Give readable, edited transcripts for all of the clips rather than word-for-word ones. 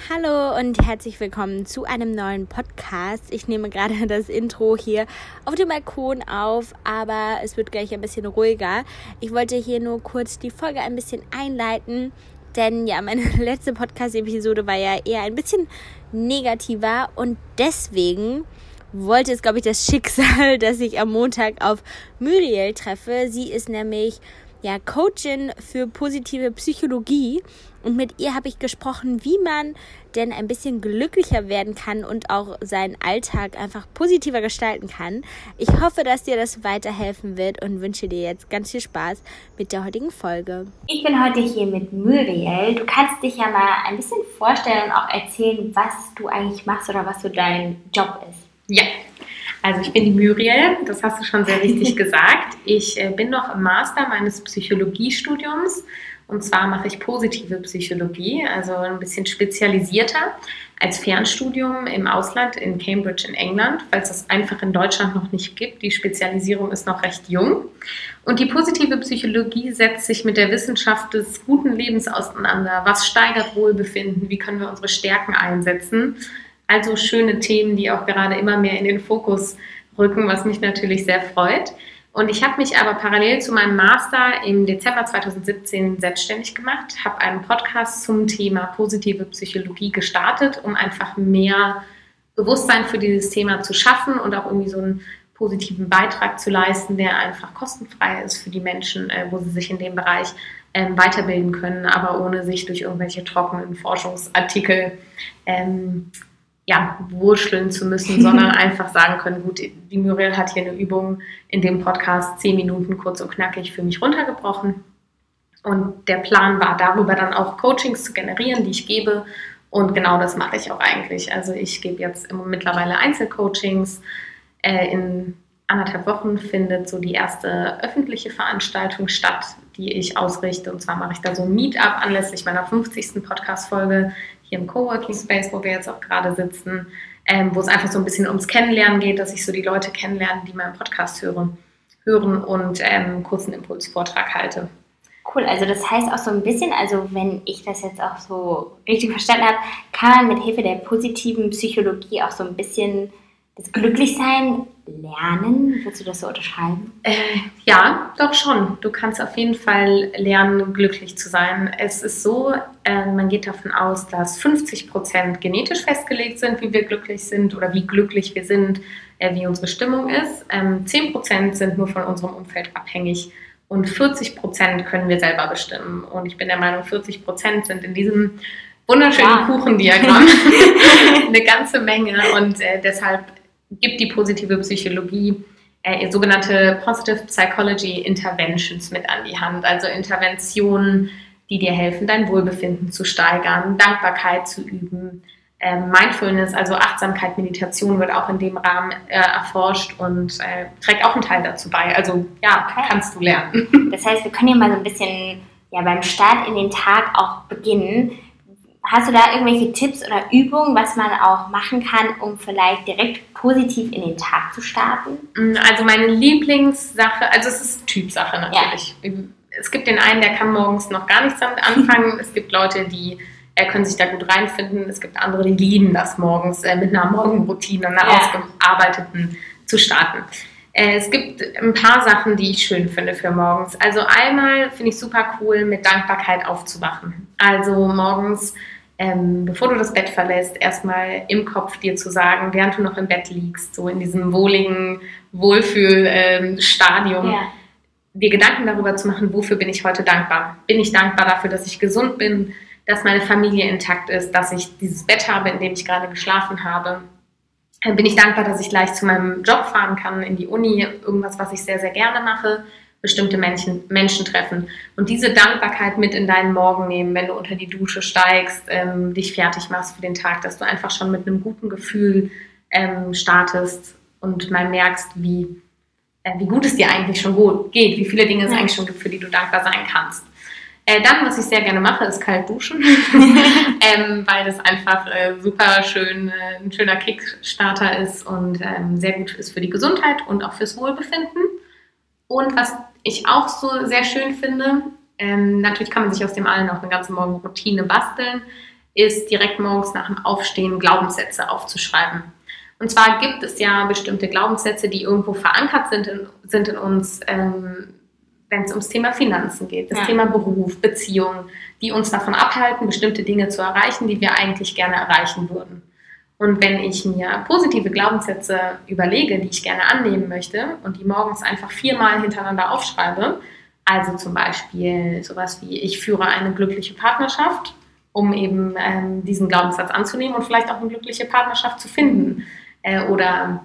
Hallo und herzlich willkommen zu einem neuen Podcast. Ich nehme gerade das Intro hier auf dem Balkon auf, aber es wird gleich ein bisschen ruhiger. Ich wollte hier nur kurz die Folge ein bisschen einleiten, denn ja, meine letzte Podcast-Episode war ja eher ein bisschen negativer und deswegen wollte es, glaube ich, das Schicksal, dass ich am Montag auf Muriel treffe. Sie ist nämlich Coachin für positive Psychologie und mit ihr habe ich gesprochen, wie man denn ein bisschen glücklicher werden kann und auch seinen Alltag einfach positiver gestalten kann. Ich hoffe, dass dir das weiterhelfen wird und wünsche dir jetzt ganz viel Spaß mit der heutigen Folge. Ich bin heute hier mit Muriel. Du kannst dich ja mal ein bisschen vorstellen und auch erzählen, was du eigentlich machst oder was so dein Job ist. Ja, also ich bin die Muriel, das hast du schon sehr richtig gesagt. Ich bin noch im Master meines Psychologiestudiums und zwar mache ich positive Psychologie, also ein bisschen spezialisierter als Fernstudium im Ausland in Cambridge in England, weil es das einfach in Deutschland noch nicht gibt. Die Spezialisierung ist noch recht jung und die positive Psychologie setzt sich mit der Wissenschaft des guten Lebens auseinander. Was steigert Wohlbefinden? Wie können wir unsere Stärken einsetzen? Also schöne Themen, die auch gerade immer mehr in den Fokus rücken, was mich natürlich sehr freut. Und ich habe mich aber parallel zu meinem Master im Dezember 2017 selbstständig gemacht, habe einen Podcast zum Thema positive Psychologie gestartet, um einfach mehr Bewusstsein für dieses Thema zu schaffen und auch irgendwie so einen positiven Beitrag zu leisten, der einfach kostenfrei ist für die Menschen, wo sie sich in dem Bereich weiterbilden können, aber ohne sich durch irgendwelche trockenen Forschungsartikel wurschteln zu müssen, sondern einfach sagen können, gut, die Muriel hat hier eine Übung in dem Podcast 10 Minuten kurz und knackig für mich runtergebrochen. Und der Plan war, darüber dann auch Coachings zu generieren, die ich gebe. Und genau das mache ich auch eigentlich. Also ich gebe jetzt mittlerweile Einzelcoachings. In 1,5 Wochen findet so die erste öffentliche Veranstaltung statt, die ich ausrichte. Und zwar mache ich da so ein Meetup anlässlich meiner 50. Podcast-Folge hier im Coworking Space, wo wir jetzt auch gerade sitzen, wo es einfach so ein bisschen ums Kennenlernen geht, dass ich so die Leute kennenlerne, die meinen Podcast hören und einen kurzen Impulsvortrag halte. Cool, also das heißt auch so ein bisschen, also wenn ich das jetzt auch so richtig verstanden habe, kann man mit Hilfe der positiven Psychologie auch so ein bisschen das Glücklichsein lernen? Würdest du das so unterschreiben? Ja, doch schon. Du kannst auf jeden Fall lernen, glücklich zu sein. Es ist so, man geht davon aus, dass 50% genetisch festgelegt sind, wie wir glücklich sind oder wie glücklich wir sind, wie unsere Stimmung ist. 10% sind nur von unserem Umfeld abhängig und 40% können wir selber bestimmen. Und ich bin der Meinung, 40% sind in diesem wunderschönen Kuchendiagramm eine ganze Menge und deshalb gibt die positive Psychologie sogenannte Positive Psychology Interventions mit an die Hand. Also Interventionen, die dir helfen, dein Wohlbefinden zu steigern, Dankbarkeit zu üben, Mindfulness, also Achtsamkeit, Meditation wird auch in dem Rahmen erforscht und trägt auch einen Teil dazu bei. Also kannst du lernen. Das heißt, wir können ja mal so ein bisschen beim Start in den Tag auch beginnen. Hast du da irgendwelche Tipps oder Übungen, was man auch machen kann, um vielleicht direkt positiv in den Tag zu starten? Also meine Lieblingssache, also es ist Typsache natürlich. Ja. Es gibt den einen, der kann morgens noch gar nichts damit anfangen. Es gibt Leute, die können sich da gut reinfinden. Es gibt andere, die lieben das morgens mit einer Morgenroutine, einer ausgearbeiteten zu starten. Es gibt ein paar Sachen, die ich schön finde für morgens. Also einmal finde ich super cool, mit Dankbarkeit aufzuwachen. Also morgens, bevor du das Bett verlässt, erstmal im Kopf dir zu sagen, während du noch im Bett liegst, so in diesem wohligen Wohlfühlstadium, dir Gedanken darüber zu machen, wofür bin ich heute dankbar? Bin ich dankbar dafür, dass ich gesund bin, dass meine Familie intakt ist, dass ich dieses Bett habe, in dem ich gerade geschlafen habe? Bin ich dankbar, dass ich gleich zu meinem Job fahren kann, in die Uni, irgendwas, was ich sehr, sehr gerne mache, bestimmte Menschen treffen. Und diese Dankbarkeit mit in deinen Morgen nehmen, wenn du unter die Dusche steigst, dich fertig machst für den Tag, dass du einfach schon mit einem guten Gefühl startest und mal merkst, wie gut es dir eigentlich schon geht, wie viele Dinge es eigentlich schon gibt, für die du dankbar sein kannst. Dann, was ich sehr gerne mache, ist kalt duschen, weil das einfach super schön, ein schöner Kickstarter ist und sehr gut ist für die Gesundheit und auch fürs Wohlbefinden. Und was ich auch so sehr schön finde, natürlich kann man sich aus dem allen auch eine ganze Morgenroutine basteln, ist direkt morgens nach dem Aufstehen Glaubenssätze aufzuschreiben. Und zwar gibt es ja bestimmte Glaubenssätze, die irgendwo verankert sind in uns, wenn es ums Thema Finanzen geht, das Thema Beruf, Beziehungen, die uns davon abhalten, bestimmte Dinge zu erreichen, die wir eigentlich gerne erreichen würden. Und wenn ich mir positive Glaubenssätze überlege, die ich gerne annehmen möchte und die morgens einfach 4-mal hintereinander aufschreibe, also zum Beispiel sowas wie, ich führe eine glückliche Partnerschaft, um eben diesen Glaubenssatz anzunehmen und vielleicht auch eine glückliche Partnerschaft zu finden. Oder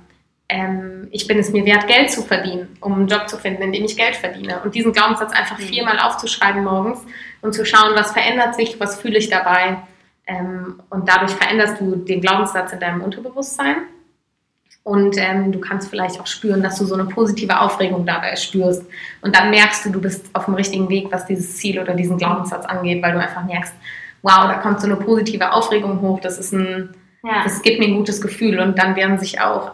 ich bin es mir wert, Geld zu verdienen, um einen Job zu finden, in dem ich Geld verdiene. Und diesen Glaubenssatz einfach 4-mal aufzuschreiben morgens und zu schauen, was verändert sich, was fühle ich dabei. Und dadurch veränderst du den Glaubenssatz in deinem Unterbewusstsein. Und du kannst vielleicht auch spüren, dass du so eine positive Aufregung dabei spürst. Und dann merkst du, du bist auf dem richtigen Weg, was dieses Ziel oder diesen Glaubenssatz angeht, weil du einfach merkst, wow, da kommt so eine positive Aufregung hoch, das gibt mir ein gutes Gefühl. Und dann werden sich auch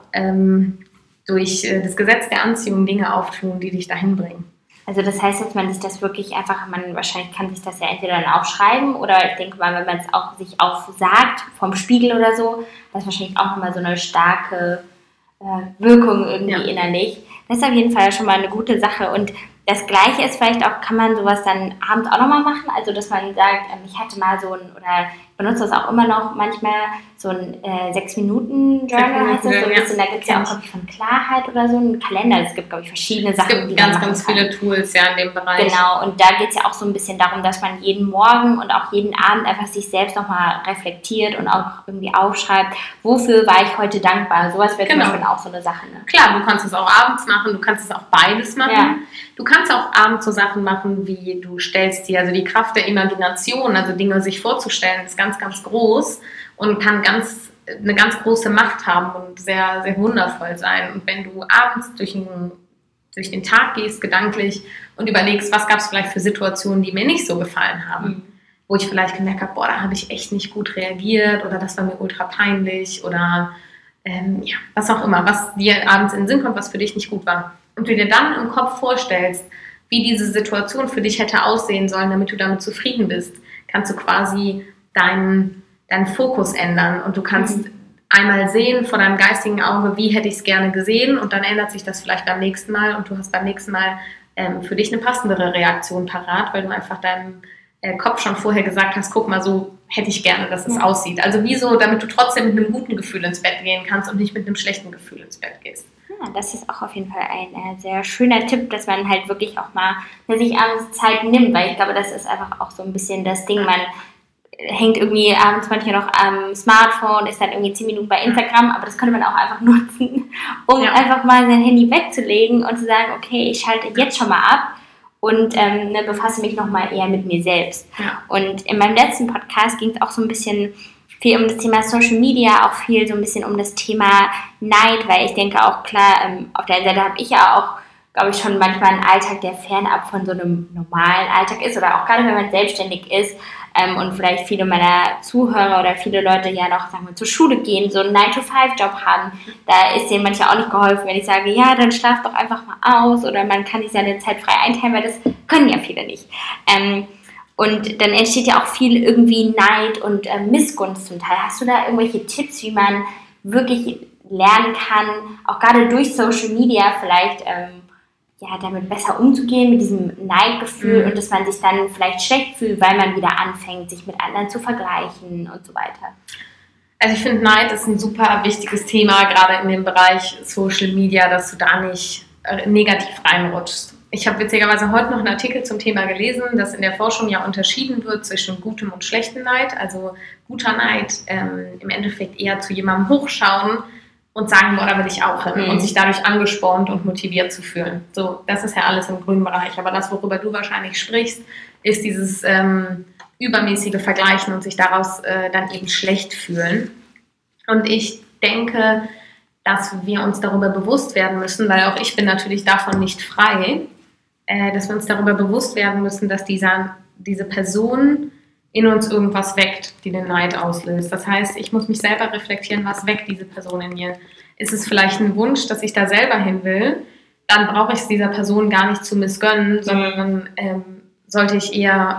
durch das Gesetz der Anziehung Dinge auftun, die dich dahin bringen. Also das heißt, dass man sich das wirklich einfach, wahrscheinlich kann sich das ja entweder dann aufschreiben oder ich denke mal, wenn man es auch sich aufsagt vom Spiegel oder so, das ist wahrscheinlich auch nochmal so eine starke Wirkung irgendwie innerlich. Das ist auf jeden Fall schon mal eine gute Sache und das Gleiche ist vielleicht auch, kann man sowas dann abends auch nochmal machen, also dass man sagt, ich hatte mal so ein, oder ich benutze das auch immer noch manchmal, so ein 6-Minuten-Journal heißt das, so ein bisschen, da gibt es ja auch, glaube ich, von Klarheit oder so einen Kalender, es gibt, glaube ich, verschiedene Sachen, es gibt ganz viele Tools ja in dem Bereich. Genau, und da geht es ja auch so ein bisschen darum, dass man jeden Morgen und auch jeden Abend einfach sich selbst nochmal reflektiert und auch irgendwie aufschreibt, wofür war ich heute dankbar, sowas wäre zum Beispiel auch so eine Sache. Ne? Klar, du kannst es auch abends machen, du kannst es auch beides machen. Ja. Du kannst auch abends so Sachen machen, wie du stellst dir, also die Kraft der Imagination, also Dinge sich vorzustellen, ist ganz, ganz groß und kann eine ganz große Macht haben und sehr, sehr wundervoll sein. Und wenn du abends durch den Tag gehst, gedanklich, und überlegst, was gab es vielleicht für Situationen, die mir nicht so gefallen haben, wo ich vielleicht gemerkt habe, da habe ich echt nicht gut reagiert oder das war mir ultra peinlich oder was auch immer, was dir abends in den Sinn kommt, was für dich nicht gut war. Und du dir dann im Kopf vorstellst, wie diese Situation für dich hätte aussehen sollen, damit du damit zufrieden bist, kannst du quasi deinen Fokus ändern und du kannst einmal sehen vor deinem geistigen Auge, wie hätte ich es gerne gesehen und dann ändert sich das vielleicht beim nächsten Mal und du hast beim nächsten Mal für dich eine passendere Reaktion parat, weil du einfach deinem Kopf schon vorher gesagt hast, guck mal, so hätte ich gerne, dass es aussieht. Also wieso, damit du trotzdem mit einem guten Gefühl ins Bett gehen kannst und nicht mit einem schlechten Gefühl ins Bett gehst. Ja, das ist auch auf jeden Fall ein sehr schöner Tipp, dass man halt wirklich auch mal sich abends Zeit nimmt, weil ich glaube, das ist einfach auch so ein bisschen das Ding, man hängt irgendwie abends manchmal noch am Smartphone, ist dann irgendwie 10 Minuten bei Instagram, aber das könnte man auch einfach nutzen, um einfach mal sein Handy wegzulegen und zu sagen, okay, ich schalte jetzt schon mal ab und befasse mich nochmal eher mit mir selbst. Ja. Und in meinem letzten Podcast ging es auch so ein bisschen viel um das Thema Social Media, auch viel so ein bisschen um das Thema Neid, weil ich denke auch klar, auf der einen Seite habe ich ja auch, glaube ich, schon manchmal einen Alltag, der fernab von so einem normalen Alltag ist oder auch gerade wenn man selbstständig ist und vielleicht viele meiner Zuhörer oder viele Leute ja noch, sagen wir, zur Schule gehen, so einen 9-to-5-Job haben, da ist denen manchmal auch nicht geholfen, wenn ich sage, ja, dann schlaf doch einfach mal aus oder man kann sich seine Zeit frei einteilen, weil das können ja viele nicht. Und dann entsteht ja auch viel irgendwie Neid und Missgunst zum Teil. Hast du da irgendwelche Tipps, wie man wirklich lernen kann, auch gerade durch Social Media vielleicht damit besser umzugehen, mit diesem Neidgefühl und dass man sich dann vielleicht schlecht fühlt, weil man wieder anfängt, sich mit anderen zu vergleichen und so weiter? Also ich finde, Neid ist ein super wichtiges Thema, gerade in dem Bereich Social Media, dass du da nicht negativ reinrutschst. Ich habe witzigerweise heute noch einen Artikel zum Thema gelesen, dass in der Forschung ja unterschieden wird zwischen gutem und schlechtem Neid. Also guter Neid im Endeffekt eher zu jemandem hochschauen und sagen, da will ich auch hin und sich dadurch angespornt und motiviert zu fühlen. So, das ist ja alles im grünen Bereich. Aber das, worüber du wahrscheinlich sprichst, ist dieses übermäßige Vergleichen und sich daraus dann eben schlecht fühlen. Und ich denke, dass wir uns darüber bewusst werden müssen, weil auch ich bin natürlich davon nicht frei, dass wir uns darüber bewusst werden müssen, dass diese Person in uns irgendwas weckt, die den Neid auslöst. Das heißt, ich muss mich selber reflektieren, was weckt diese Person in mir. Ist es vielleicht ein Wunsch, dass ich da selber hin will? Dann brauche ich es dieser Person gar nicht zu missgönnen, sondern sollte ich eher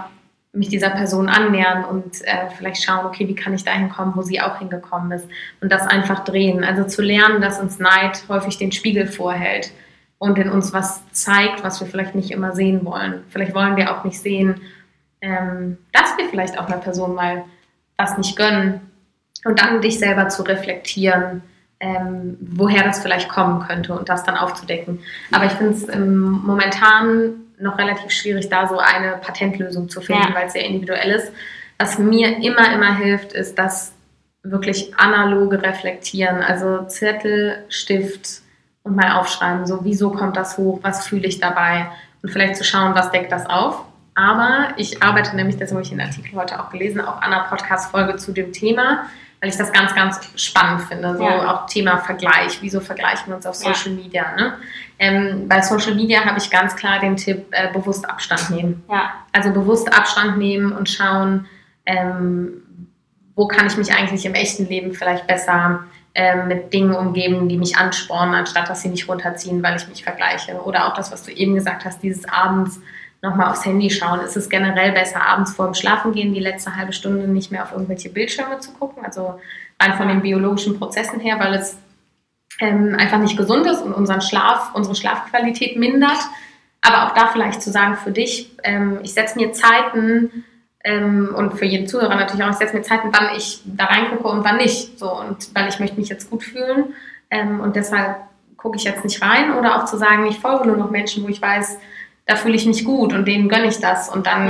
mich dieser Person annähern und vielleicht schauen, okay, wie kann ich dahin kommen, wo sie auch hingekommen ist und das einfach drehen. Also zu lernen, dass uns Neid häufig den Spiegel vorhält und in uns was zeigt, was wir vielleicht nicht immer sehen wollen. Vielleicht wollen wir auch nicht sehen, dass wir vielleicht auch einer Person mal was nicht gönnen und dann dich selber zu reflektieren, woher das vielleicht kommen könnte und das dann aufzudecken. Aber ich finde es momentan noch relativ schwierig, da so eine Patentlösung zu finden, weil es sehr individuell ist. Was mir immer hilft, ist das wirklich analoge Reflektieren, also Zettel, Stift und mal aufschreiben, so wieso kommt das hoch, was fühle ich dabei und vielleicht zu schauen, was deckt das auf. Aber ich arbeite nämlich, das habe ich in den Artikel heute auch gelesen, auch an einer Podcast-Folge zu dem Thema, weil ich das ganz, ganz spannend finde. So auch Thema Vergleich. Wieso vergleichen wir uns auf Social Media? Ne? Bei Social Media habe ich ganz klar den Tipp, bewusst Abstand nehmen. Ja. Also bewusst Abstand nehmen und schauen, wo kann ich mich eigentlich im echten Leben vielleicht besser mit Dingen umgeben, die mich anspornen, anstatt dass sie mich runterziehen, weil ich mich vergleiche. Oder auch das, was du eben gesagt hast, dieses abends nochmal aufs Handy schauen. Ist es generell besser, abends vor dem Schlafengehen die letzte halbe Stunde nicht mehr auf irgendwelche Bildschirme zu gucken? Also rein von den biologischen Prozessen her, weil es einfach nicht gesund ist und unsere Schlafqualität mindert. Aber auch da vielleicht zu sagen für dich, ich setze mir Zeiten und für jeden Zuhörer natürlich auch, ich setze mir Zeiten, wann ich da reingucke und wann nicht. So, und weil ich möchte mich jetzt gut fühlen und deshalb gucke ich jetzt nicht rein. Oder auch zu sagen, ich folge nur noch Menschen, wo ich weiß, da fühle ich mich gut und denen gönne ich das und dann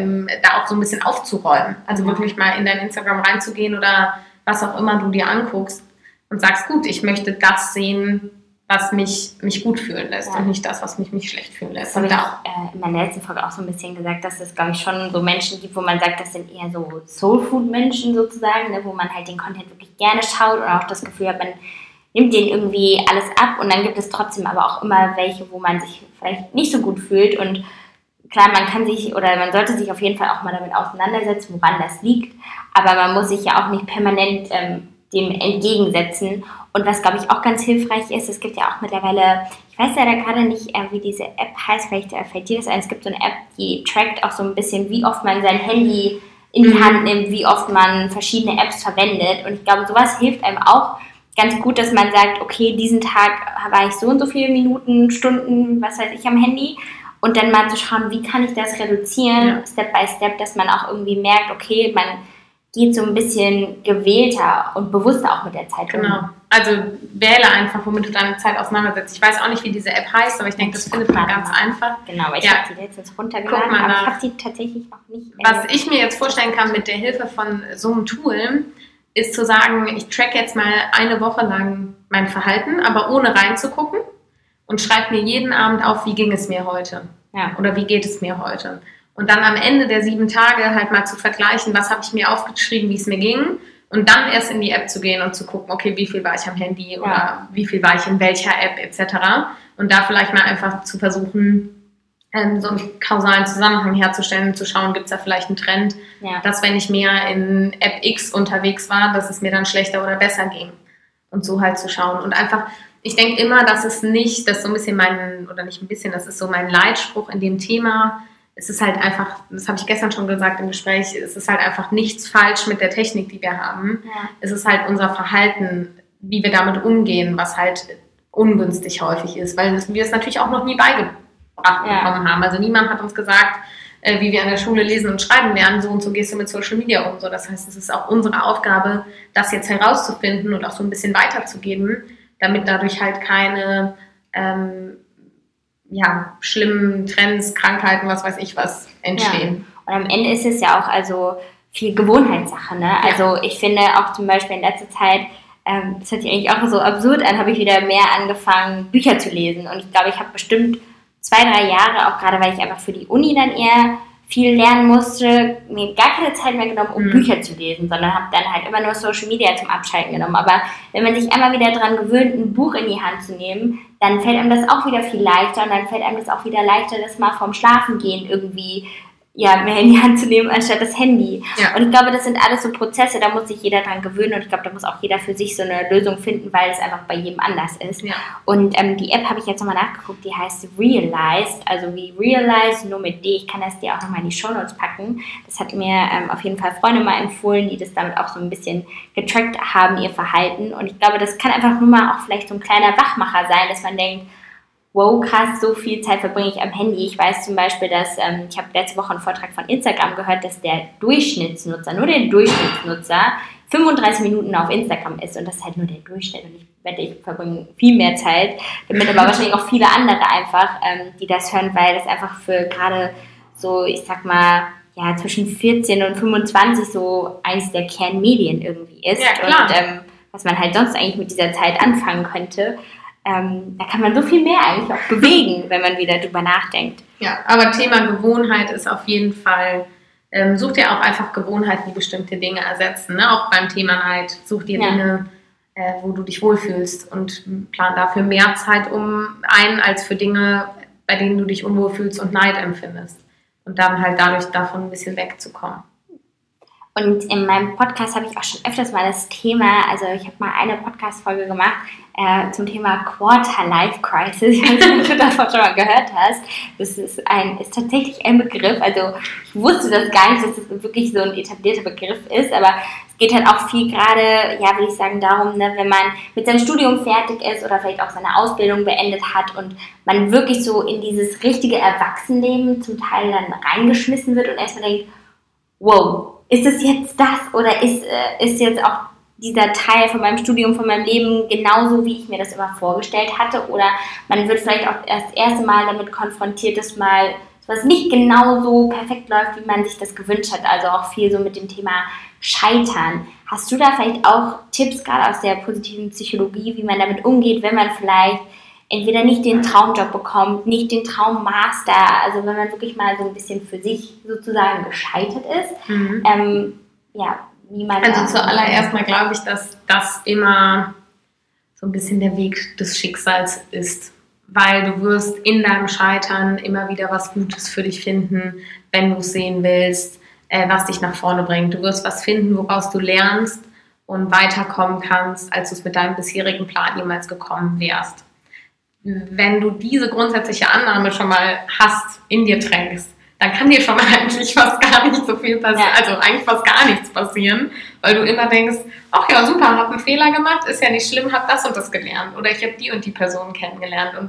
da auch so ein bisschen aufzuräumen. Also wirklich mal in dein Instagram reinzugehen oder was auch immer du dir anguckst und sagst, gut, ich möchte das sehen, was mich gut fühlen lässt und nicht das, was mich schlecht fühlen lässt. Das habe ich auch in meiner letzten Folge auch so ein bisschen gesagt, dass es, glaube ich, schon so Menschen gibt, wo man sagt, das sind eher so Soul-Food-Menschen sozusagen, ne, wo man halt den Content wirklich gerne schaut und auch das Gefühl hat, man nimmt denen irgendwie alles ab und dann gibt es trotzdem aber auch immer welche, wo man sich vielleicht nicht so gut fühlt und klar, man sollte sich auf jeden Fall auch mal damit auseinandersetzen, woran das liegt, aber man muss sich ja auch nicht permanent dem entgegensetzen und was, glaube ich, auch ganz hilfreich ist, es gibt ja auch mittlerweile, ich weiß ja da gerade nicht, wie diese App heißt, vielleicht fällt dir das ein, es gibt so eine App, die trackt auch so ein bisschen, wie oft man sein Handy in die Hand nimmt, wie oft man verschiedene Apps verwendet und ich glaube, sowas hilft einem auch ganz gut, dass man sagt, okay, diesen Tag war ich so und so viele Minuten, Stunden, was weiß ich, am Handy und dann mal zu schauen, wie kann ich das reduzieren, Step by Step, dass man auch irgendwie merkt, okay, man geht so ein bisschen gewählter und bewusster auch mit der Zeit um. Genau, also wähle einfach, womit du deine Zeit auseinandersetzt. Ich weiß auch nicht, wie diese App heißt, aber ich denke, das findet man ganz einfach. Genau, aber ich habe die letztens runtergeladen, aber ich habe sie tatsächlich noch nicht. Was ich mir jetzt vorstellen kann mit der Hilfe von so einem Tool, ist zu sagen, ich track jetzt mal eine Woche lang mein Verhalten, aber ohne reinzugucken und schreibe mir jeden Abend auf, wie ging es mir heute oder wie geht es mir heute. Und dann am Ende der 7 Tage halt mal zu vergleichen, was habe ich mir aufgeschrieben, wie es mir ging und dann erst in die App zu gehen und zu gucken, okay, wie viel war ich am Handy oder wie viel war ich in welcher App etc. Und da vielleicht mal einfach zu versuchen, so einen kausalen Zusammenhang herzustellen und zu schauen, gibt es da vielleicht einen Trend, dass wenn ich mehr in App X unterwegs war, dass es mir dann schlechter oder besser ging. Und so halt zu schauen. Und einfach, ich denke immer, dass es nicht, das ist so ein bisschen das ist so mein Leitspruch in dem Thema, es ist halt einfach, das habe ich gestern schon gesagt im Gespräch, es ist halt einfach nichts falsch mit der Technik, die wir haben. Ja. Es ist halt unser Verhalten, wie wir damit umgehen, was halt ungünstig häufig ist, weil wir es natürlich auch noch nie beigebracht bekommen haben. Also niemand hat uns gesagt, wie wir an der Schule lesen und schreiben lernen, so und so gehst du mit Social Media um. So, das heißt, es ist auch unsere Aufgabe, das jetzt herauszufinden und auch so ein bisschen weiterzugeben, damit dadurch halt keine schlimmen Trends, Krankheiten, was weiß ich was, entstehen. Ja. Und am Ende ist es ja auch also viel Gewohnheitssache. Ne? Ja. Also ich finde auch zum Beispiel in letzter Zeit, das hört sich eigentlich auch so absurd an, habe ich wieder mehr angefangen, Bücher zu lesen. Und ich glaube, ich habe bestimmt 2-3 Jahre, auch gerade weil ich einfach für die Uni dann eher viel lernen musste, mir gar keine Zeit mehr genommen, um Bücher zu lesen, sondern habe dann halt immer nur Social Media zum Abschalten genommen. Aber wenn man sich einmal wieder daran gewöhnt, ein Buch in die Hand zu nehmen, dann fällt einem das auch wieder viel leichter und dann fällt einem das auch wieder leichter, das mal vorm Schlafengehen irgendwie mehr in die Hand zu nehmen, anstatt das Handy. Ja. Und ich glaube, das sind alles so Prozesse, da muss sich jeder dran gewöhnen und ich glaube, da muss auch jeder für sich so eine Lösung finden, weil es einfach bei jedem anders ist. Ja. Und die App habe ich jetzt nochmal nachgeguckt, die heißt Realized, also wie Realize, nur mit D. Ich kann das dir auch nochmal in die Shownotes packen. Das hat mir auf jeden Fall Freunde mal empfohlen, die das damit auch so ein bisschen getrackt haben, ihr Verhalten. Und ich glaube, das kann einfach nur mal auch vielleicht so ein kleiner Wachmacher sein, dass man denkt, wow, krass, so viel Zeit verbringe ich am Handy. Ich weiß zum Beispiel, dass, ich habe letzte Woche einen Vortrag von Instagram gehört, dass der Durchschnittsnutzer, nur der Durchschnittsnutzer, 35 Minuten auf Instagram ist. Und das ist halt nur der Durchschnitt. Und ich wette, ich verbringe viel mehr Zeit, damit aber wahrscheinlich auch viele andere einfach, die das hören, weil das einfach für gerade so, ich sag mal, ja, zwischen 14 und 25 so eins der Kernmedien irgendwie ist. Ja, klar. Und was man halt sonst eigentlich mit dieser Zeit anfangen könnte. Da kann man so viel mehr eigentlich auch bewegen, wenn man wieder drüber nachdenkt. Ja, aber Thema Gewohnheit ist auf jeden Fall, such dir auch einfach Gewohnheiten, die bestimmte Dinge ersetzen. Ne? Auch beim Thema Neid, such dir Dinge, wo du dich wohlfühlst und plan dafür mehr Zeit ein, als für Dinge, bei denen du dich unwohl fühlst und Neid empfindest. Und dann halt dadurch davon ein bisschen wegzukommen. Und in meinem Podcast habe ich auch schon öfters mal das Thema, also ich habe mal eine Podcast-Folge gemacht zum Thema Quarter-Life-Crisis. Ich weiß nicht, ob du davon schon mal gehört hast. Das ist tatsächlich ein Begriff. Also ich wusste das gar nicht, dass das wirklich so ein etablierter Begriff ist, aber es geht halt auch viel gerade, ja, würde ich sagen, darum, ne, wenn man mit seinem Studium fertig ist oder vielleicht auch seine Ausbildung beendet hat und man wirklich so in dieses richtige Erwachsenenleben zum Teil dann reingeschmissen wird und erstmal denkt, wow, ist es jetzt das oder ist jetzt auch dieser Teil von meinem Studium, von meinem Leben genauso, wie ich mir das immer vorgestellt hatte? Oder man wird vielleicht auch das erste Mal damit konfrontiert, dass mal was nicht genau so perfekt läuft, wie man sich das gewünscht hat. Also auch viel so mit dem Thema Scheitern. Hast du da vielleicht auch Tipps, gerade aus der positiven Psychologie, wie man damit umgeht, wenn man vielleicht entweder nicht den Traumjob bekommt, nicht den Traummaster, also wenn man wirklich mal so ein bisschen für sich sozusagen gescheitert ist, wie man... Also zuallererst mal glaube ich, dass das immer so ein bisschen der Weg des Schicksals ist, weil du wirst in deinem Scheitern immer wieder was Gutes für dich finden, wenn du es sehen willst, was dich nach vorne bringt. Du wirst was finden, woraus du lernst und weiterkommen kannst, als du es mit deinem bisherigen Plan jemals gekommen wärst. Wenn du diese grundsätzliche Annahme schon mal hast, in dir trägst, dann kann dir schon mal eigentlich fast gar nicht so viel passieren, also eigentlich fast gar nichts passieren, weil du immer denkst, ach ja, super, hab einen Fehler gemacht, ist ja nicht schlimm, hab das und das gelernt oder ich habe die und die Person kennengelernt und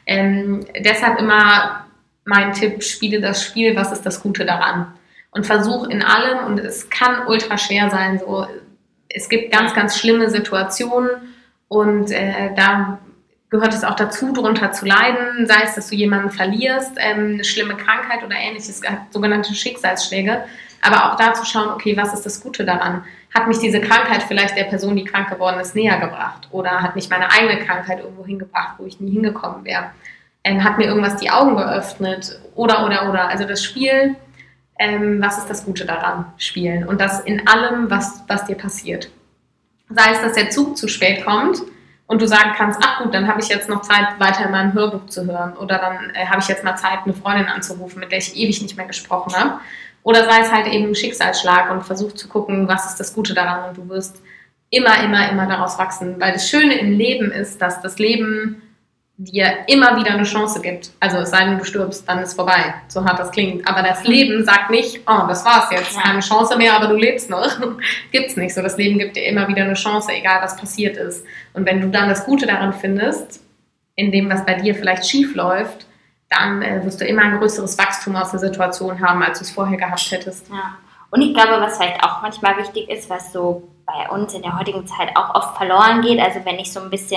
deshalb immer mein Tipp, spiele das Spiel, was ist das Gute daran? Und versuch in allem, und es kann ultra schwer sein, so, es gibt ganz, ganz schlimme Situationen und da gehört es auch dazu, darunter zu leiden, sei es, dass du jemanden verlierst, eine schlimme Krankheit oder ähnliches, sogenannte Schicksalsschläge, aber auch da zu schauen, okay, was ist das Gute daran? Hat mich diese Krankheit vielleicht der Person, die krank geworden ist, näher gebracht? Oder hat mich meine eigene Krankheit irgendwo hingebracht, wo ich nie hingekommen wäre? Hat mir irgendwas die Augen geöffnet? Oder. Also das Spiel, was ist das Gute daran? Spielen. Und das in allem, was dir passiert. Sei es, dass der Zug zu spät kommt, und du sagen kannst, ach gut, dann habe ich jetzt noch Zeit, weiter in meinem Hörbuch zu hören. Oder dann habe ich jetzt mal Zeit, eine Freundin anzurufen, mit der ich ewig nicht mehr gesprochen habe. Oder sei es halt eben ein Schicksalsschlag und versuch zu gucken, was ist das Gute daran. Und du wirst immer daraus wachsen. Weil das Schöne im Leben ist, dass das Leben dir immer wieder eine Chance gibt. Also es sei denn, du stirbst, dann ist vorbei. So hart das klingt. Aber das Leben sagt nicht, oh, das war's jetzt. Keine Chance mehr, aber du lebst noch. Gibt's nicht so. Das Leben gibt dir immer wieder eine Chance, egal was passiert ist. Und wenn du dann das Gute daran findest, in dem, was bei dir vielleicht schief läuft, dann wirst du immer ein größeres Wachstum aus der Situation haben, als du es vorher gehabt hättest. Ja. Und ich glaube, was vielleicht auch manchmal wichtig ist, was so bei uns in der heutigen Zeit auch oft verloren geht, also wenn ich so ein bisschen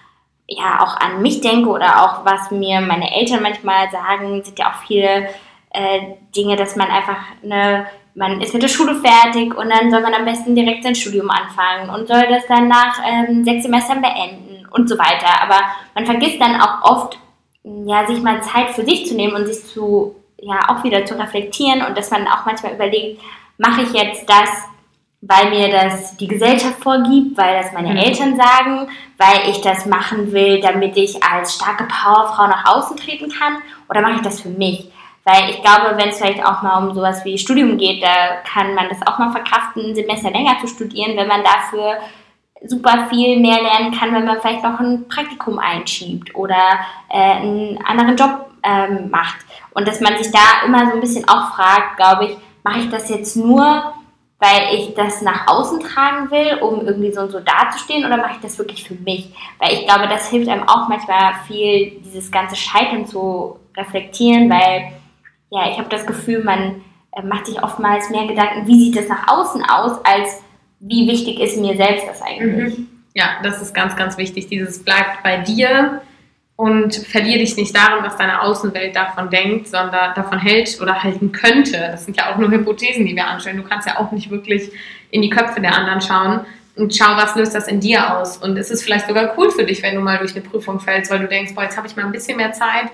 auch an mich denke oder auch was mir meine Eltern manchmal sagen, sind ja auch viele Dinge, dass man einfach, man ist mit der Schule fertig und dann soll man am besten direkt sein Studium anfangen und soll das dann nach 6 Semestern beenden und so weiter. Aber man vergisst dann auch oft, sich mal Zeit für sich zu nehmen und sich auch wieder zu reflektieren und dass man auch manchmal überlegt, mache ich jetzt das, weil mir das die Gesellschaft vorgibt, weil das meine Eltern sagen, weil ich das machen will, damit ich als starke Powerfrau nach außen treten kann, oder mache ich das für mich? Weil ich glaube, wenn es vielleicht auch mal um sowas wie Studium geht, da kann man das auch mal verkraften, ein Semester länger zu studieren, wenn man dafür super viel mehr lernen kann, wenn man vielleicht noch ein Praktikum einschiebt oder einen anderen Job macht. Und dass man sich da immer so ein bisschen auch fragt, glaube ich, mache ich das jetzt nur, weil ich das nach außen tragen will, um irgendwie so und so dazustehen, oder mache ich das wirklich für mich? Weil ich glaube, das hilft einem auch manchmal viel, dieses ganze Scheitern zu reflektieren, weil ja, ich habe das Gefühl, man macht sich oftmals mehr Gedanken, wie sieht das nach außen aus, als wie wichtig ist mir selbst das eigentlich. Ja, das ist ganz, ganz wichtig. Dieses bleibt bei dir und verliere dich nicht darin, was deine Außenwelt davon denkt, sondern davon hält oder halten könnte. Das sind ja auch nur Hypothesen, die wir anstellen. Du kannst ja auch nicht wirklich in die Köpfe der anderen schauen und schau, was löst das in dir aus. Und es ist vielleicht sogar cool für dich, wenn du mal durch eine Prüfung fällst, weil du denkst, boah, jetzt habe ich mal ein bisschen mehr Zeit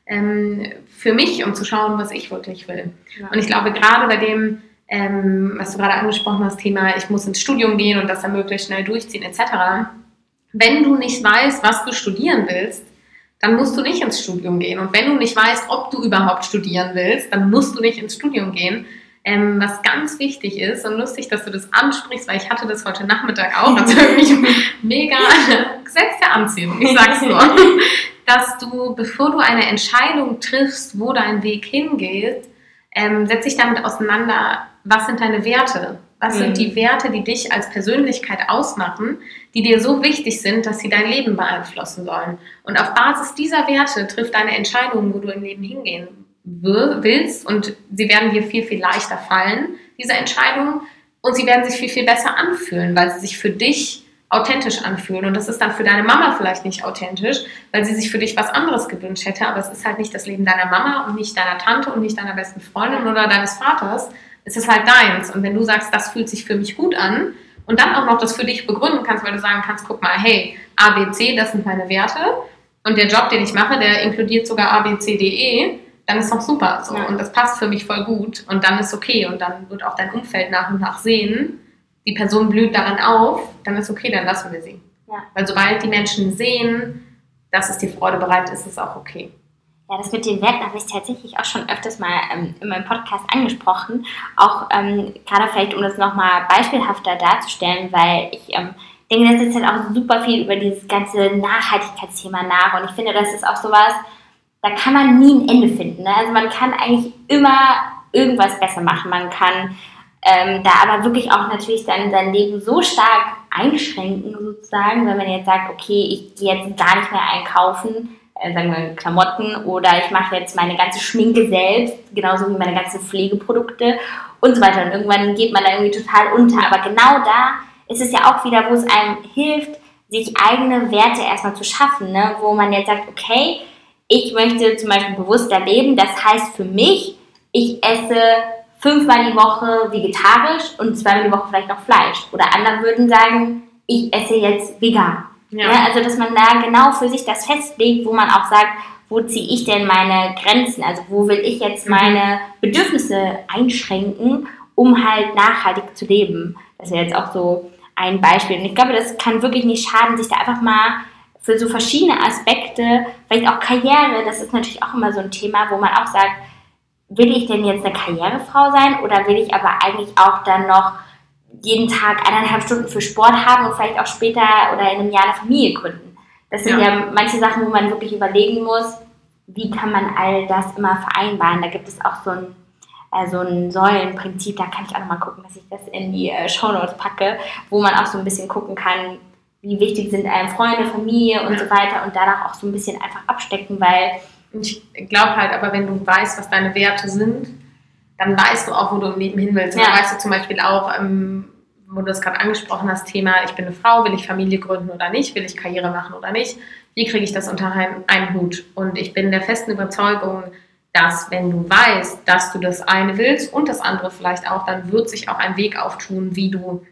für mich, um zu schauen, was ich wirklich will. Ja. Und ich glaube, gerade bei dem, was du gerade angesprochen hast, Thema, ich muss ins Studium gehen und das dann möglichst schnell durchziehen, etc. Wenn du nicht weißt, was du studieren willst, dann musst du nicht ins Studium gehen. Und wenn du nicht weißt, ob du überhaupt studieren willst, dann musst du nicht ins Studium gehen. Was ganz wichtig ist, und lustig, dass du das ansprichst, weil ich hatte das heute Nachmittag auch, also wirklich mega Gesetz der Anziehung, ich sag's nur, dass du, bevor du eine Entscheidung triffst, wo dein Weg hingeht, setz dich damit auseinander, was sind deine Werte? Was sind die Werte, die dich als Persönlichkeit ausmachen, die dir so wichtig sind, dass sie dein Leben beeinflussen sollen? Und auf Basis dieser Werte trifft deine Entscheidung, wo du im Leben hingehen willst, und sie werden dir viel, viel leichter fallen, diese Entscheidungen, und sie werden sich viel, viel besser anfühlen, weil sie sich für dich authentisch anfühlen. Und das ist dann für deine Mama vielleicht nicht authentisch, weil sie sich für dich was anderes gewünscht hätte, aber es ist halt nicht das Leben deiner Mama und nicht deiner Tante und nicht deiner besten Freundin oder deines Vaters. Es ist halt deins. Und wenn du sagst, das fühlt sich für mich gut an und dann auch noch das für dich begründen kannst, weil du sagen kannst, guck mal, hey, A, B, C, das sind meine Werte und der Job, den ich mache, der inkludiert sogar A, B, C, D, E, dann ist doch super. So. Ja. Und das passt für mich voll gut und dann ist okay. Und dann wird auch dein Umfeld nach und nach sehen, die Person blüht daran auf, dann ist okay, dann lassen wir sie. Ja. Weil sobald die Menschen sehen, dass es dir Freude bereitet, ist es auch okay. Ja, das mit den Werten habe ich tatsächlich auch schon öfters mal in meinem Podcast angesprochen. Auch gerade vielleicht, um das nochmal beispielhafter darzustellen, weil ich denke, das ist halt auch super viel über dieses ganze Nachhaltigkeitsthema nach. Und ich finde, das ist auch sowas, da kann man nie ein Ende finden. Ne? Also man kann eigentlich immer irgendwas besser machen. Man kann da aber wirklich auch natürlich dann sein Leben so stark einschränken sozusagen, wenn man jetzt sagt, okay, ich gehe jetzt gar nicht mehr einkaufen, sagen wir Klamotten, oder ich mache jetzt meine ganze Schminke selbst, genauso wie meine ganzen Pflegeprodukte und so weiter. Und irgendwann geht man da irgendwie total unter. Aber genau da ist es ja auch wieder, wo es einem hilft, sich eigene Werte erstmal zu schaffen, ne? Wo man jetzt sagt, okay, ich möchte zum Beispiel bewusster leben, das heißt für mich, ich esse 5-mal die Woche vegetarisch und 2-mal die Woche vielleicht noch Fleisch. Oder andere würden sagen, ich esse jetzt vegan. Ja. Ja, also dass man da genau für sich das festlegt, wo man auch sagt, wo ziehe ich denn meine Grenzen? Also wo will ich jetzt meine Bedürfnisse einschränken, um halt nachhaltig zu leben? Das wäre jetzt auch so ein Beispiel. Und ich glaube, das kann wirklich nicht schaden, sich da einfach mal für so verschiedene Aspekte, vielleicht auch Karriere, das ist natürlich auch immer so ein Thema, wo man auch sagt, will ich denn jetzt eine Karrierefrau sein oder will ich aber eigentlich auch dann noch jeden Tag 1,5 Stunden für Sport haben und vielleicht auch später oder in einem Jahr eine Familie gründen? Das sind ja manche Sachen, wo man wirklich überlegen muss, wie kann man all das immer vereinbaren. Da gibt es auch so ein Säulenprinzip, da kann ich auch nochmal gucken, dass ich das in die Shownotes packe, wo man auch so ein bisschen gucken kann, wie wichtig sind einem Freunde, Familie und so weiter und danach auch so ein bisschen einfach abstecken, weil ich glaube halt, aber wenn du weißt, was deine Werte sind, dann weißt du auch, wo du im Leben hin willst. Ja. Dann weißt du zum Beispiel auch, wo du das gerade angesprochen hast, Thema, ich bin eine Frau, will ich Familie gründen oder nicht, will ich Karriere machen oder nicht, wie kriege ich das unter einen Hut? Und ich bin der festen Überzeugung, dass wenn du weißt, dass du das eine willst und das andere vielleicht auch, dann wird sich auch ein Weg auftun, wie du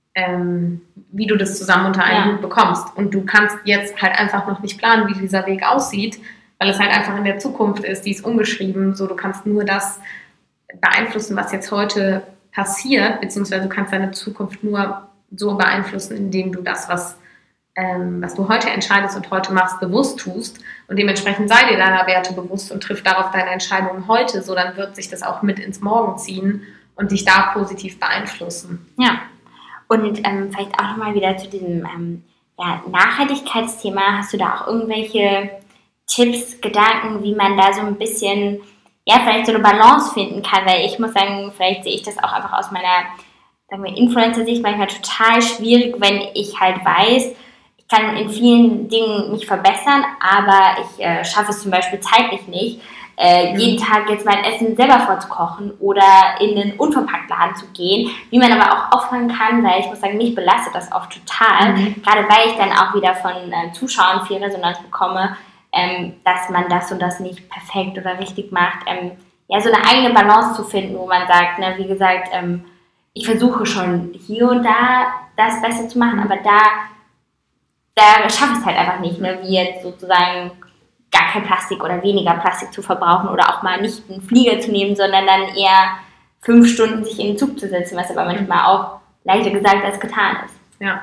das zusammen unter einen Hut bekommst. Und du kannst jetzt halt einfach noch nicht planen, wie dieser Weg aussieht, weil es halt einfach in der Zukunft ist, die ist ungeschrieben, so du kannst nur das beeinflussen, was jetzt heute passiert, beziehungsweise du kannst deine Zukunft nur so beeinflussen, indem du das, was was du heute entscheidest und heute machst, bewusst tust und dementsprechend sei dir deiner Werte bewusst und triff darauf deine Entscheidungen heute, so dann wird sich das auch mit ins Morgen ziehen und dich da positiv beeinflussen. Ja, und vielleicht auch nochmal wieder zu diesem Nachhaltigkeitsthema. Hast du da auch irgendwelche Tipps, Gedanken, wie man da so ein bisschen, vielleicht so eine Balance finden kann? Weil ich muss sagen, vielleicht sehe ich das auch einfach aus meiner, sagen wir, Influencer-Sicht manchmal total schwierig, wenn ich halt weiß, ich kann in vielen Dingen mich verbessern, aber ich schaffe es zum Beispiel zeitlich nicht, jeden Tag jetzt mein Essen selber vorzukochen oder in den Unverpacktladen zu gehen, wie man aber auch aufhören kann, weil ich muss sagen, mich belastet das oft total, gerade weil ich dann auch wieder von Zuschauern viel Resonanz bekomme, dass man das und das nicht perfekt oder richtig macht, so eine eigene Balance zu finden, wo man sagt, ne, wie gesagt, ich versuche schon hier und da das Beste zu machen, aber da schaffe ich es halt einfach nicht, ne, wie jetzt sozusagen gar kein Plastik oder weniger Plastik zu verbrauchen oder auch mal nicht einen Flieger zu nehmen, sondern dann eher 5 Stunden sich in den Zug zu setzen, was aber manchmal auch leichter gesagt als getan ist. Ja,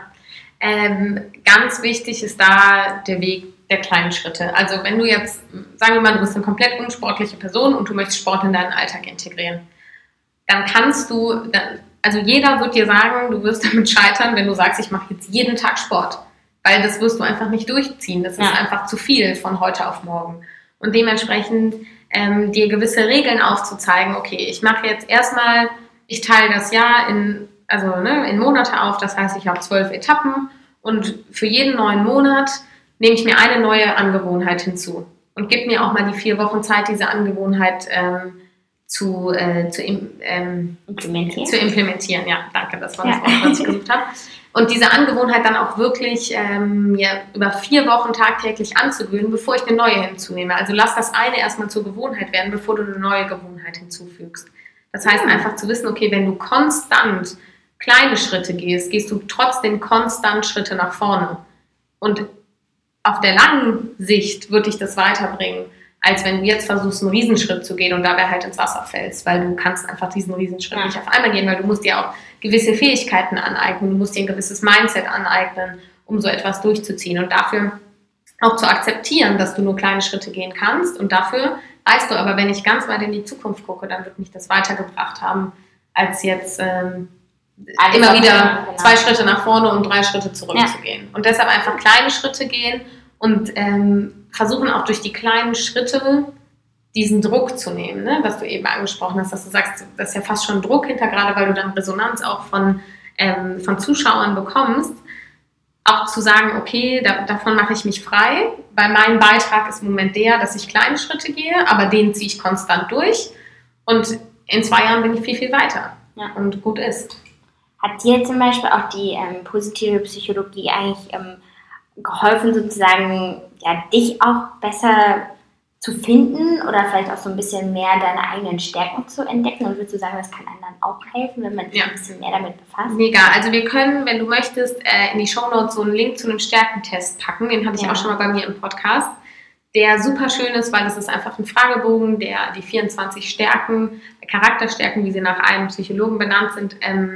ganz wichtig ist da der Weg der kleinen Schritte. Also wenn du jetzt, sagen wir mal, du bist eine komplett unsportliche Person und du möchtest Sport in deinen Alltag integrieren, dann kannst du, also jeder wird dir sagen, du wirst damit scheitern, wenn du sagst, ich mache jetzt jeden Tag Sport. Weil das wirst du einfach nicht durchziehen. Das ist einfach zu viel von heute auf morgen. Und dementsprechend dir gewisse Regeln aufzuzeigen, okay, ich mache jetzt erstmal, ich teile das Jahr in Monate auf, das heißt, ich habe 12 Etappen und für jeden neuen Monat nehme ich mir eine neue Angewohnheit hinzu und gebe mir auch mal die 4 Wochen Zeit, diese Angewohnheit zu implementieren. Ja, danke, das war das Wort, was ich gesucht habe. Und diese Angewohnheit dann auch wirklich über 4 Wochen tagtäglich anzugewöhnen, bevor ich eine neue hinzunehme. Also lass das eine erstmal zur Gewohnheit werden, bevor du eine neue Gewohnheit hinzufügst. Das heißt einfach zu wissen, okay, wenn du konstant kleine Schritte gehst, gehst du trotzdem konstant Schritte nach vorne. Und auf der langen Sicht wird dich das weiterbringen, als wenn du jetzt versuchst, einen Riesenschritt zu gehen und dabei halt ins Wasser fällst, weil du kannst einfach diesen Riesenschritt nicht auf einmal gehen, weil du musst dir auch gewisse Fähigkeiten aneignen, du musst dir ein gewisses Mindset aneignen, um so etwas durchzuziehen und dafür auch zu akzeptieren, dass du nur kleine Schritte gehen kannst und dafür weißt du aber, wenn ich ganz weit in die Zukunft gucke, dann wird mich das weitergebracht haben, als jetzt immer wieder 2 Schritte nach vorne und 3 Schritte zurück zu gehen. Und deshalb einfach kleine Schritte gehen und versuchen auch durch die kleinen Schritte diesen Druck zu nehmen, ne? Was du eben angesprochen hast, dass du sagst, das ist ja fast schon Druck hinter, gerade weil du dann Resonanz auch von Zuschauern bekommst, auch zu sagen, okay, davon mache ich mich frei, weil mein Beitrag ist im Moment der, dass ich kleine Schritte gehe, aber den ziehe ich konstant durch und in 2 Jahren bin ich viel, viel weiter und gut ist. Hat dir zum Beispiel auch die positive Psychologie eigentlich geholfen, sozusagen dich auch besser zu finden oder vielleicht auch so ein bisschen mehr deine eigenen Stärken zu entdecken? Und würdest du sagen, das kann anderen auch helfen, wenn man sich ein bisschen mehr damit befasst? Mega. Also wir können, wenn du möchtest, in die Shownotes so einen Link zu einem Stärkentest packen. Den hatte ich auch schon mal bei mir im Podcast. Der super schön ist, weil es ist einfach ein Fragebogen, der die 24 Stärken, Charakterstärken, wie sie nach einem Psychologen benannt sind,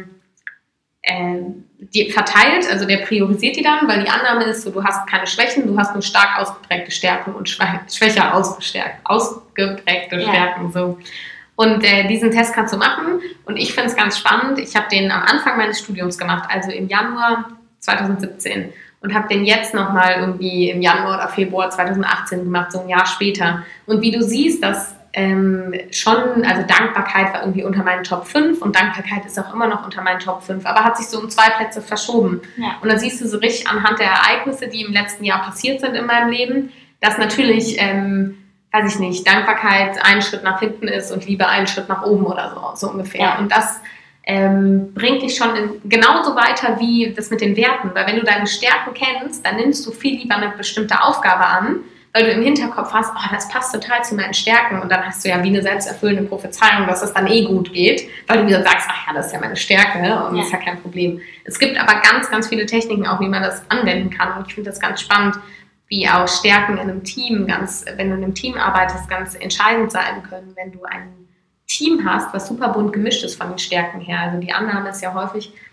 die verteilt, also der priorisiert die dann, weil die Annahme ist, so, du hast keine Schwächen, du hast nur stark ausgeprägte Stärken und schwächer ausgeprägte Stärken. So. Und diesen Test kannst du machen und ich finde es ganz spannend. Ich habe den am Anfang meines Studiums gemacht, also im Januar 2017 und habe den jetzt nochmal irgendwie im Januar oder Februar 2018 gemacht, so ein Jahr später. Und wie du siehst, dass also Dankbarkeit war irgendwie unter meinen Top 5 und Dankbarkeit ist auch immer noch unter meinen Top 5, aber hat sich so um 2 Plätze verschoben. Ja. Und dann siehst du so richtig anhand der Ereignisse, die im letzten Jahr passiert sind in meinem Leben, dass natürlich, Dankbarkeit einen Schritt nach hinten ist und Liebe einen Schritt nach oben oder so ungefähr. Ja. Und das bringt dich schon genauso weiter wie das mit den Werten, weil wenn du deine Stärken kennst, dann nimmst du viel lieber eine bestimmte Aufgabe an, weil du im Hinterkopf hast, das passt total zu meinen Stärken und dann hast du ja wie eine selbsterfüllende Prophezeiung, dass es dann gut geht, weil du wieder sagst, das ist ja meine Stärke und das ist ja kein Problem. Es gibt aber ganz, ganz viele Techniken auch, wie man das anwenden kann und ich finde das ganz spannend, wie auch Stärken in einem Team, wenn du in einem Team arbeitest, ganz entscheidend sein können, wenn du ein Team hast, was super bunt gemischt ist von den Stärken her. Also die Annahme ist ja häufig,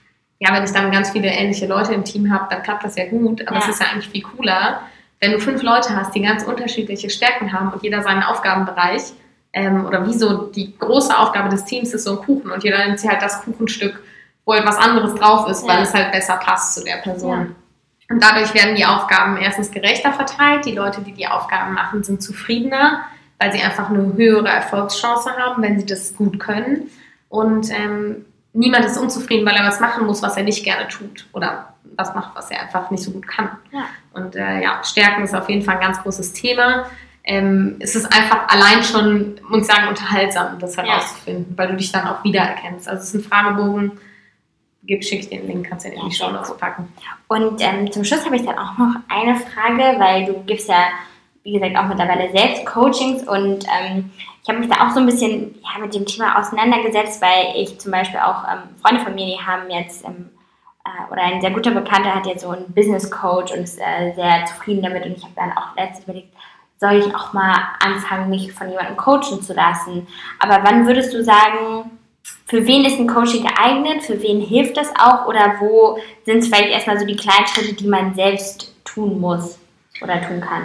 wenn ich dann ganz viele ähnliche Leute im Team habe, dann klappt das ja gut, aber es ist ja eigentlich viel cooler, wenn du 5 Leute hast, die ganz unterschiedliche Stärken haben und jeder seinen Aufgabenbereich, oder wie so die große Aufgabe des Teams ist so ein Kuchen und jeder nimmt sich halt das Kuchenstück, wo etwas anderes drauf ist, weil es halt besser passt zu der Person. Ja. Und dadurch werden die Aufgaben erstens gerechter verteilt, die Leute, die die Aufgaben machen, sind zufriedener, weil sie einfach eine höhere Erfolgschance haben, wenn sie das gut können. Und niemand ist unzufrieden, weil er was machen muss, was er nicht gerne tut oder was macht, was er einfach nicht so gut kann. Ja. Und Stärken ist auf jeden Fall ein ganz großes Thema. Es ist einfach allein schon, muss ich sagen, unterhaltsam, das herauszufinden, weil du dich dann auch wiedererkennst. Also es ist ein Fragebogen, schicke ich dir den Link, kannst du in die Shownotes packen. Und zum Schluss habe ich dann auch noch eine Frage, weil du gibst ja, wie gesagt, auch mittlerweile selbst Coachings und ich habe mich da auch so ein bisschen mit dem Thema auseinandergesetzt, weil ich zum Beispiel auch Freunde von mir, die haben jetzt, oder ein sehr guter Bekannter hat jetzt so einen Business Coach und ist sehr zufrieden damit und ich habe dann auch letztens überlegt, soll ich auch mal anfangen, mich von jemandem coachen zu lassen. Aber wann würdest du sagen, für wen ist ein Coaching geeignet, für wen hilft das auch oder wo sind es vielleicht erstmal so die kleinen Schritte, die man selbst tun muss oder tun kann?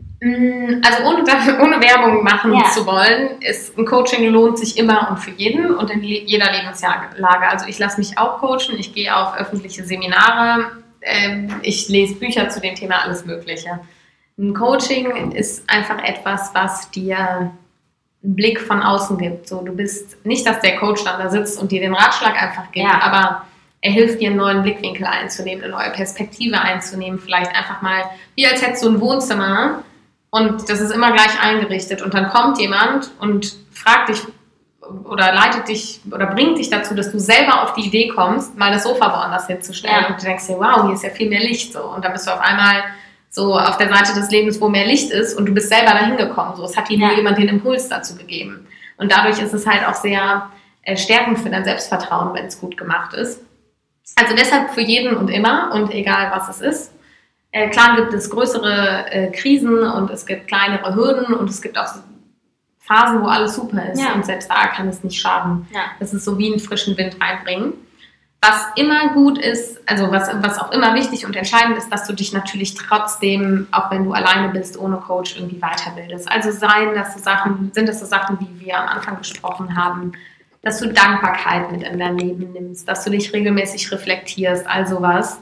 Also ohne Werbung machen zu wollen, ist ein Coaching lohnt sich immer und für jeden und in jeder Lebenslage. Also ich lasse mich auch coachen, ich gehe auf öffentliche Seminare, ich lese Bücher zu dem Thema, alles Mögliche. Ein Coaching ist einfach etwas, was dir einen Blick von außen gibt. So, du bist nicht, dass der Coach dann da sitzt und dir den Ratschlag einfach gibt, aber er hilft dir, einen neuen Blickwinkel einzunehmen, eine neue Perspektive einzunehmen, vielleicht einfach mal, wie als hättest du ein Wohnzimmer und das ist immer gleich eingerichtet und dann kommt jemand und fragt dich oder leitet dich oder bringt dich dazu, dass du selber auf die Idee kommst, mal das Sofa woanders hinzustellen und du denkst dir, wow, hier ist ja viel mehr Licht so und dann bist du auf einmal so auf der Seite des Lebens, wo mehr Licht ist und du bist selber dahin gekommen. So, es hat dir nur jemand den Impuls dazu gegeben. Und dadurch ist es halt auch sehr stärkend für dein Selbstvertrauen, wenn es gut gemacht ist. Also deshalb für jeden und immer und egal was es ist. Klar gibt es größere Krisen und es gibt kleinere Hürden und es gibt auch Phasen, wo alles super ist und selbst da kann es nicht schaden. Ja. Das ist so wie einen frischen Wind reinbringen. Was immer gut ist, also was auch immer wichtig und entscheidend ist, dass du dich natürlich trotzdem, auch wenn du alleine bist, ohne Coach irgendwie weiterbildest. Also sind das so Sachen, wie wir am Anfang gesprochen haben, dass du Dankbarkeit mit in dein Leben nimmst, dass du dich regelmäßig reflektierst, all sowas.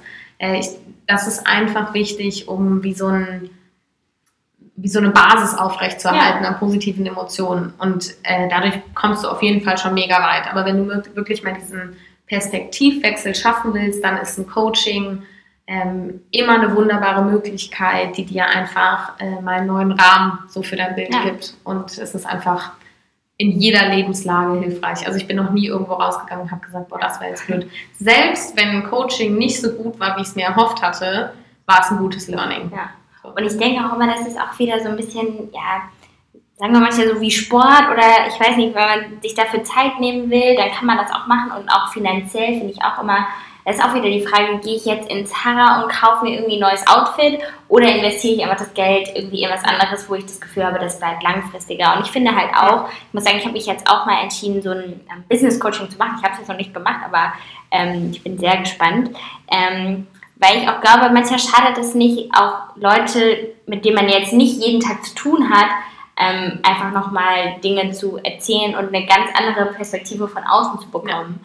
Das ist einfach wichtig, um wie so eine Basis aufrechtzuerhalten an positiven Emotionen. Und dadurch kommst du auf jeden Fall schon mega weit. Aber wenn du wirklich mal diesen Perspektivwechsel schaffen willst, dann ist ein Coaching immer eine wunderbare Möglichkeit, die dir einfach mal einen neuen Rahmen so für dein Bild gibt. Und es ist einfach in jeder Lebenslage hilfreich. Also ich bin noch nie irgendwo rausgegangen und habe gesagt, boah, das war jetzt blöd. Selbst wenn ein Coaching nicht so gut war, wie ich es mir erhofft hatte, war es ein gutes Learning. Ja. So. Und ich denke auch immer, das ist auch wieder so ein bisschen, sagen wir manchmal so wie Sport oder ich weiß nicht, wenn man sich dafür Zeit nehmen will, dann kann man das auch machen und auch finanziell finde ich auch immer, das ist auch wieder die Frage, gehe ich jetzt ins Zara und kaufe mir irgendwie ein neues Outfit oder investiere ich einfach das Geld irgendwie in was anderes, wo ich das Gefühl habe, das bleibt langfristiger. Und ich finde halt auch, ich muss sagen, ich habe mich jetzt auch mal entschieden, so ein Business-Coaching zu machen. Ich habe es jetzt noch nicht gemacht, aber ich bin sehr gespannt. Weil ich auch glaube, manchmal schadet es nicht, auch Leute, mit denen man jetzt nicht jeden Tag zu tun hat, einfach nochmal Dinge zu erzählen und eine ganz andere Perspektive von außen zu bekommen.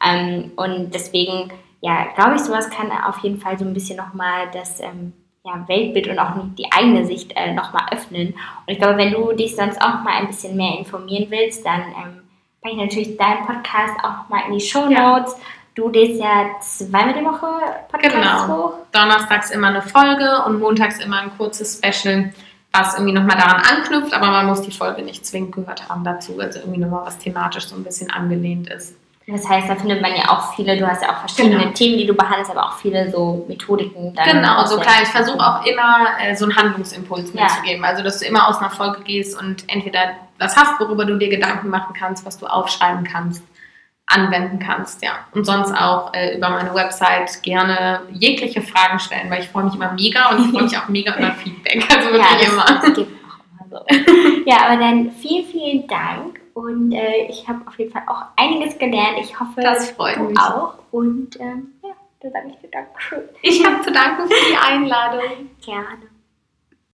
Und deswegen, glaube ich, sowas kann auf jeden Fall so ein bisschen nochmal das Weltbild und auch die eigene Sicht nochmal öffnen. Und ich glaube, wenn du dich sonst auch mal ein bisschen mehr informieren willst, dann packe ich natürlich deinen Podcast auch nochmal in die Shownotes. Ja. Du lädst ja 2-mal die Woche Podcasts hoch. Donnerstags immer eine Folge und montags immer ein kurzes Special, was irgendwie nochmal daran anknüpft, aber man muss die Folge nicht zwingend gehört haben dazu, also irgendwie nochmal was thematisch so ein bisschen angelehnt ist. Das heißt, da findet man ja auch viele, du hast ja auch verschiedene Themen, die du behandelst, aber auch viele so Methodiken. So klar, ich versuche auch immer so einen Handlungsimpuls mitzugeben, also dass du immer aus einer Folge gehst und entweder was hast, worüber du dir Gedanken machen kannst, was du aufschreiben kannst, anwenden kannst, Und sonst auch über meine Website gerne jegliche Fragen stellen, weil ich freue mich immer mega und ich freue mich auch mega über Feedback, also wirklich immer. Das geht auch immer so. Ja, aber dann vielen, vielen Dank und ich habe auf jeden Fall auch einiges gelernt. Ich hoffe, das freut mich auch und Da sage ich dir Dankeschön. Ich habe zu danken für die Einladung. Gerne.